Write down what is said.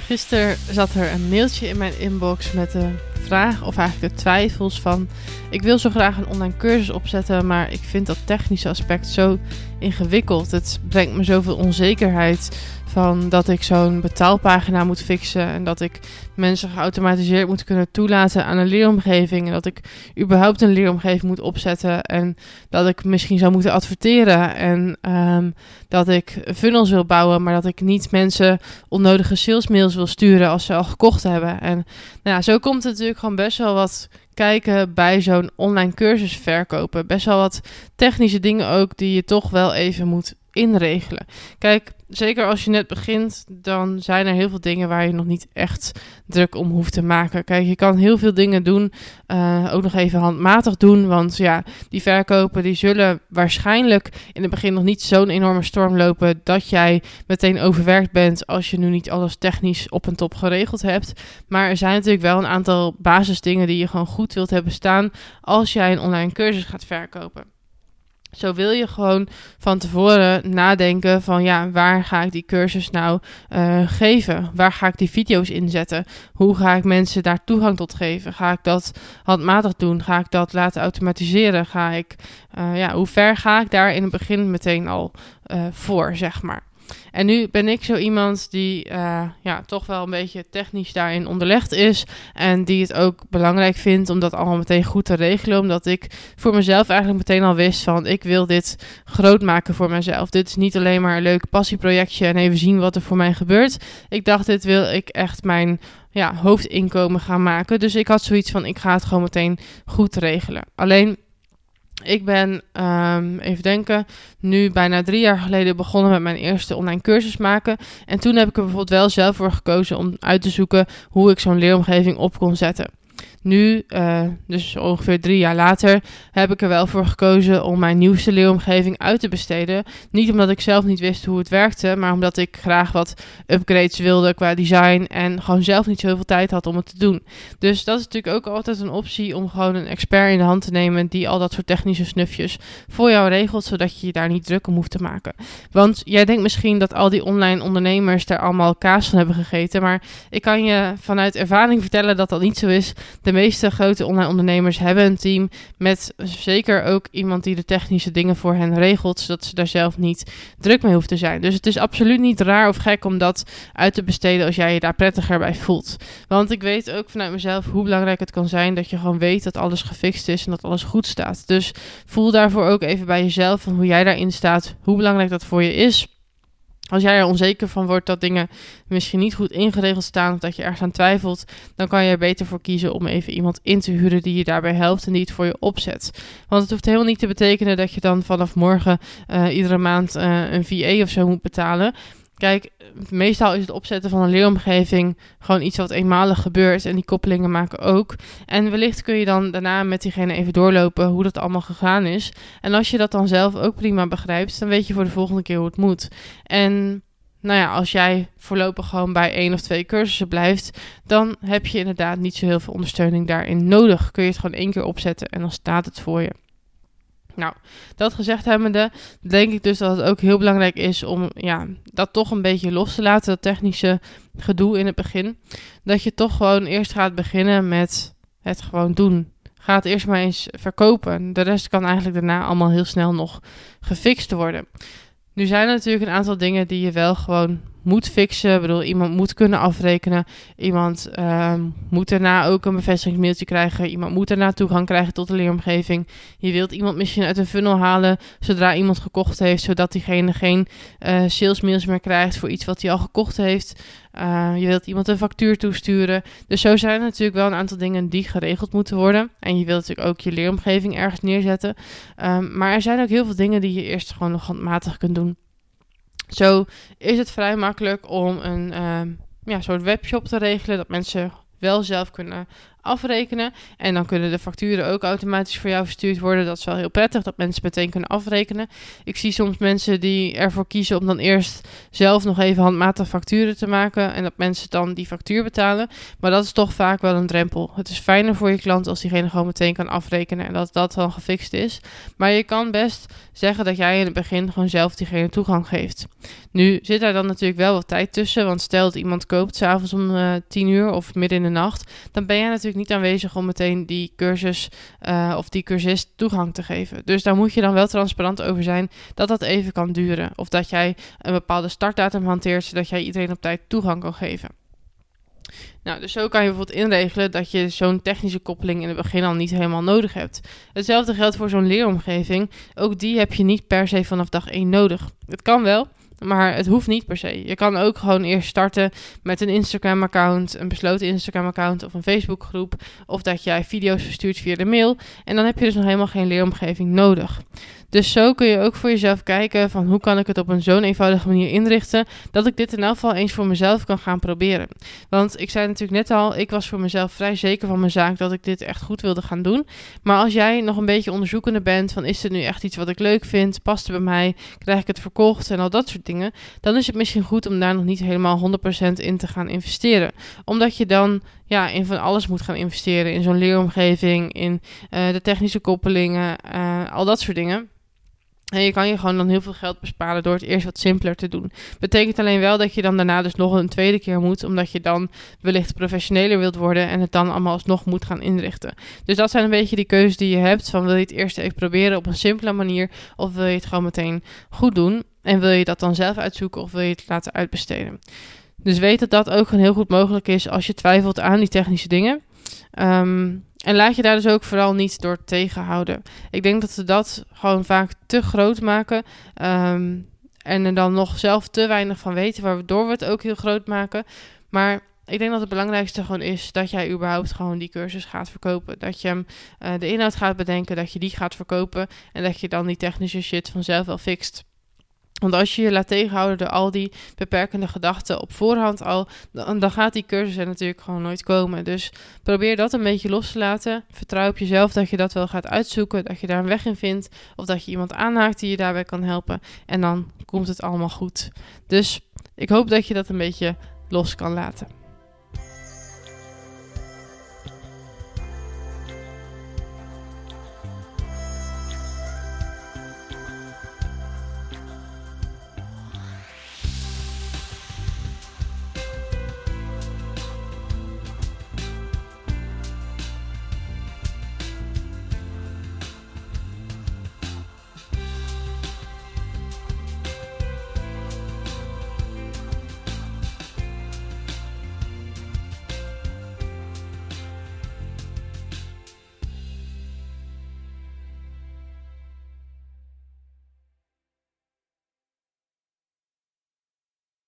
Gisteren zat er een mailtje in mijn inbox met de vraag of eigenlijk de twijfels van... Ik wil zo graag een online cursus opzetten, maar ik vind dat technische aspect zo ingewikkeld. Het brengt me zoveel onzekerheid van dat ik zo'n betaalpagina moet fixen en dat ik mensen geautomatiseerd moet kunnen toelaten aan een leeromgeving. En dat ik überhaupt een leeromgeving moet opzetten en dat ik misschien zou moeten adverteren en dat ik funnels wil bouwen, maar dat ik niet mensen onnodige salesmails wil sturen als ze al gekocht hebben. En nou ja, zo komt het natuurlijk gewoon best wel wat kijken bij zo'n online cursus verkopen. Best wel wat technische dingen ook die je toch wel even moet inregelen. Kijk, zeker als je net begint, dan zijn er heel veel dingen waar je nog niet echt druk om hoeft te maken. Kijk, je kan heel veel dingen doen, ook nog even handmatig doen, want ja, die verkopen die zullen waarschijnlijk in het begin nog niet zo'n enorme storm lopen dat jij meteen overwerkt bent als je nu niet alles technisch op en top geregeld hebt. Maar er zijn natuurlijk wel een aantal basisdingen die je gewoon goed wilt hebben staan als jij een online cursus gaat verkopen. Zo wil je gewoon van tevoren nadenken van ja, waar ga ik die cursus nou geven? Waar ga ik die video's inzetten? Hoe ga ik mensen daar toegang tot geven? Ga ik dat handmatig doen? Ga ik dat laten automatiseren? Hoe ver ga ik daar in het begin meteen al voor, zeg maar? En nu ben ik zo iemand die toch wel een beetje technisch daarin onderlegd is. En die het ook belangrijk vindt om dat allemaal meteen goed te regelen. Omdat ik voor mezelf eigenlijk meteen al wist van ik wil dit groot maken voor mezelf. Dit is niet alleen maar een leuk passieprojectje en even zien wat er voor mij gebeurt. Ik dacht, dit wil ik echt mijn hoofdinkomen gaan maken. Dus ik had zoiets van ik ga het gewoon meteen goed regelen. Alleen... Ik ben, nu bijna 3 jaar geleden begonnen met mijn eerste online cursus maken. En toen heb ik er bijvoorbeeld wel zelf voor gekozen om uit te zoeken hoe ik zo'n leeromgeving op kon zetten. Nu, dus ongeveer 3 jaar later, heb ik er wel voor gekozen om mijn nieuwste leeromgeving uit te besteden. Niet omdat ik zelf niet wist hoe het werkte, maar omdat ik graag wat upgrades wilde qua design en gewoon zelf niet zoveel tijd had om het te doen. Dus dat is natuurlijk ook altijd een optie om gewoon een expert in de hand te nemen die al dat soort technische snufjes voor jou regelt, zodat je je daar niet druk om hoeft te maken. Want jij denkt misschien dat al die online ondernemers daar allemaal kaas van hebben gegeten, maar ik kan je vanuit ervaring vertellen dat dat niet zo is. De meeste grote online ondernemers hebben een team met zeker ook iemand die de technische dingen voor hen regelt, zodat ze daar zelf niet druk mee hoeft te zijn. Dus het is absoluut niet raar of gek om dat uit te besteden als jij je daar prettiger bij voelt. Want ik weet ook vanuit mezelf hoe belangrijk het kan zijn dat je gewoon weet dat alles gefixt is en dat alles goed staat. Dus voel daarvoor ook even bij jezelf van hoe jij daarin staat, hoe belangrijk dat voor je is. Als jij er onzeker van wordt dat dingen misschien niet goed ingeregeld staan of dat je ergens aan twijfelt, dan kan je er beter voor kiezen om even iemand in te huren die je daarbij helpt en die het voor je opzet. Want het hoeft helemaal niet te betekenen dat je dan vanaf morgen iedere maand een VA of zo moet betalen. Kijk, meestal is het opzetten van een leeromgeving gewoon iets wat eenmalig gebeurt en die koppelingen maken ook. En wellicht kun je dan daarna met diegene even doorlopen hoe dat allemaal gegaan is. En als je dat dan zelf ook prima begrijpt, dan weet je voor de volgende keer hoe het moet. En als jij voorlopig gewoon bij 1 of 2 cursussen blijft, dan heb je inderdaad niet zo heel veel ondersteuning daarin nodig. Kun je het gewoon 1 keer opzetten en dan staat het voor je. Nou, dat gezegd hebbende, denk ik dus dat het ook heel belangrijk is om dat toch een beetje los te laten, dat technische gedoe in het begin. Dat je toch gewoon eerst gaat beginnen met het gewoon doen. Ga het eerst maar eens verkopen. De rest kan eigenlijk daarna allemaal heel snel nog gefixt worden. Nu zijn er natuurlijk een aantal dingen die je wel gewoon moet fixen. Ik bedoel, iemand moet kunnen afrekenen. Iemand moet daarna ook een bevestigingsmailtje krijgen. Iemand moet daarna toegang krijgen tot de leeromgeving. Je wilt iemand misschien uit een funnel halen zodra iemand gekocht heeft, zodat diegene geen salesmails meer krijgt voor iets wat hij al gekocht heeft. Je wilt iemand een factuur toesturen. Dus zo zijn er natuurlijk wel een aantal dingen die geregeld moeten worden. En je wilt natuurlijk ook je leeromgeving ergens neerzetten. Maar er zijn ook heel veel dingen die je eerst gewoon nog handmatig kunt doen. Zo is het vrij makkelijk om een soort webshop te regelen, dat mensen wel zelf kunnen afrekenen. En dan kunnen de facturen ook automatisch voor jou verstuurd worden. Dat is wel heel prettig, dat mensen meteen kunnen afrekenen. Ik zie soms mensen die ervoor kiezen om dan eerst zelf nog even handmatig facturen te maken. En dat mensen dan die factuur betalen. Maar dat is toch vaak wel een drempel. Het is fijner voor je klant als diegene gewoon meteen kan afrekenen. En dat dat dan gefixt is. Maar je kan best zeggen dat jij in het begin gewoon zelf diegene toegang geeft. Nu zit daar dan natuurlijk wel wat tijd tussen. Want stel dat iemand koopt 's avonds om 10 uur of midden in de nacht. Dan ben jij natuurlijk niet aanwezig om meteen die cursus of die cursist toegang te geven. Dus daar moet je dan wel transparant over zijn dat dat even kan duren. Of dat jij een bepaalde startdatum hanteert, zodat jij iedereen op tijd toegang kan geven. Nou, dus zo kan je bijvoorbeeld inregelen dat je zo'n technische koppeling in het begin al niet helemaal nodig hebt. Hetzelfde geldt voor zo'n leeromgeving. Ook die heb je niet per se vanaf dag 1 nodig. Het kan wel, maar het hoeft niet per se. Je kan ook gewoon eerst starten met een Instagram-account, een besloten Instagram-account of een Facebookgroep. Of dat jij video's verstuurt via de mail. En dan heb je dus nog helemaal geen leeromgeving nodig. Dus zo kun je ook voor jezelf kijken van hoe kan ik het op een zo'n eenvoudige manier inrichten, dat ik dit in elk geval eens voor mezelf kan gaan proberen. Want ik zei natuurlijk net al, ik was voor mezelf vrij zeker van mijn zaak dat ik dit echt goed wilde gaan doen. Maar als jij nog een beetje onderzoekende bent van is dit nu echt iets wat ik leuk vind, past het bij mij, krijg ik het verkocht en al dat soort dingen, dan is het misschien goed om daar nog niet helemaal 100% in te gaan investeren. Omdat je dan in van alles moet gaan investeren, in zo'n leeromgeving, in de technische koppelingen, al dat soort dingen. En je kan je gewoon dan heel veel geld besparen door het eerst wat simpeler te doen. Betekent alleen wel dat je dan daarna dus nog een tweede keer moet, omdat je dan wellicht professioneler wilt worden en het dan allemaal alsnog moet gaan inrichten. Dus dat zijn een beetje die keuzes die je hebt, van wil je het eerst even proberen op een simpele manier, of wil je het gewoon meteen goed doen en wil je dat dan zelf uitzoeken of wil je het laten uitbesteden. Dus weet dat dat ook gewoon heel goed mogelijk is als je twijfelt aan die technische dingen. En laat je daar dus ook vooral niet door tegenhouden. Ik denk dat ze dat gewoon vaak te groot maken. En er dan nog zelf te weinig van weten, waardoor we het ook heel groot maken. Maar ik denk dat het belangrijkste gewoon is dat jij überhaupt gewoon die cursus gaat verkopen. Dat je de inhoud gaat bedenken, dat je die gaat verkopen. En dat je dan die technische shit vanzelf wel fixt. Want als je je laat tegenhouden door al die beperkende gedachten op voorhand al, dan gaat die cursus er natuurlijk gewoon nooit komen. Dus probeer dat een beetje los te laten. Vertrouw op jezelf dat je dat wel gaat uitzoeken, dat je daar een weg in vindt. Of dat je iemand aanhaakt die je daarbij kan helpen. En dan komt het allemaal goed. Dus ik hoop dat je dat een beetje los kan laten.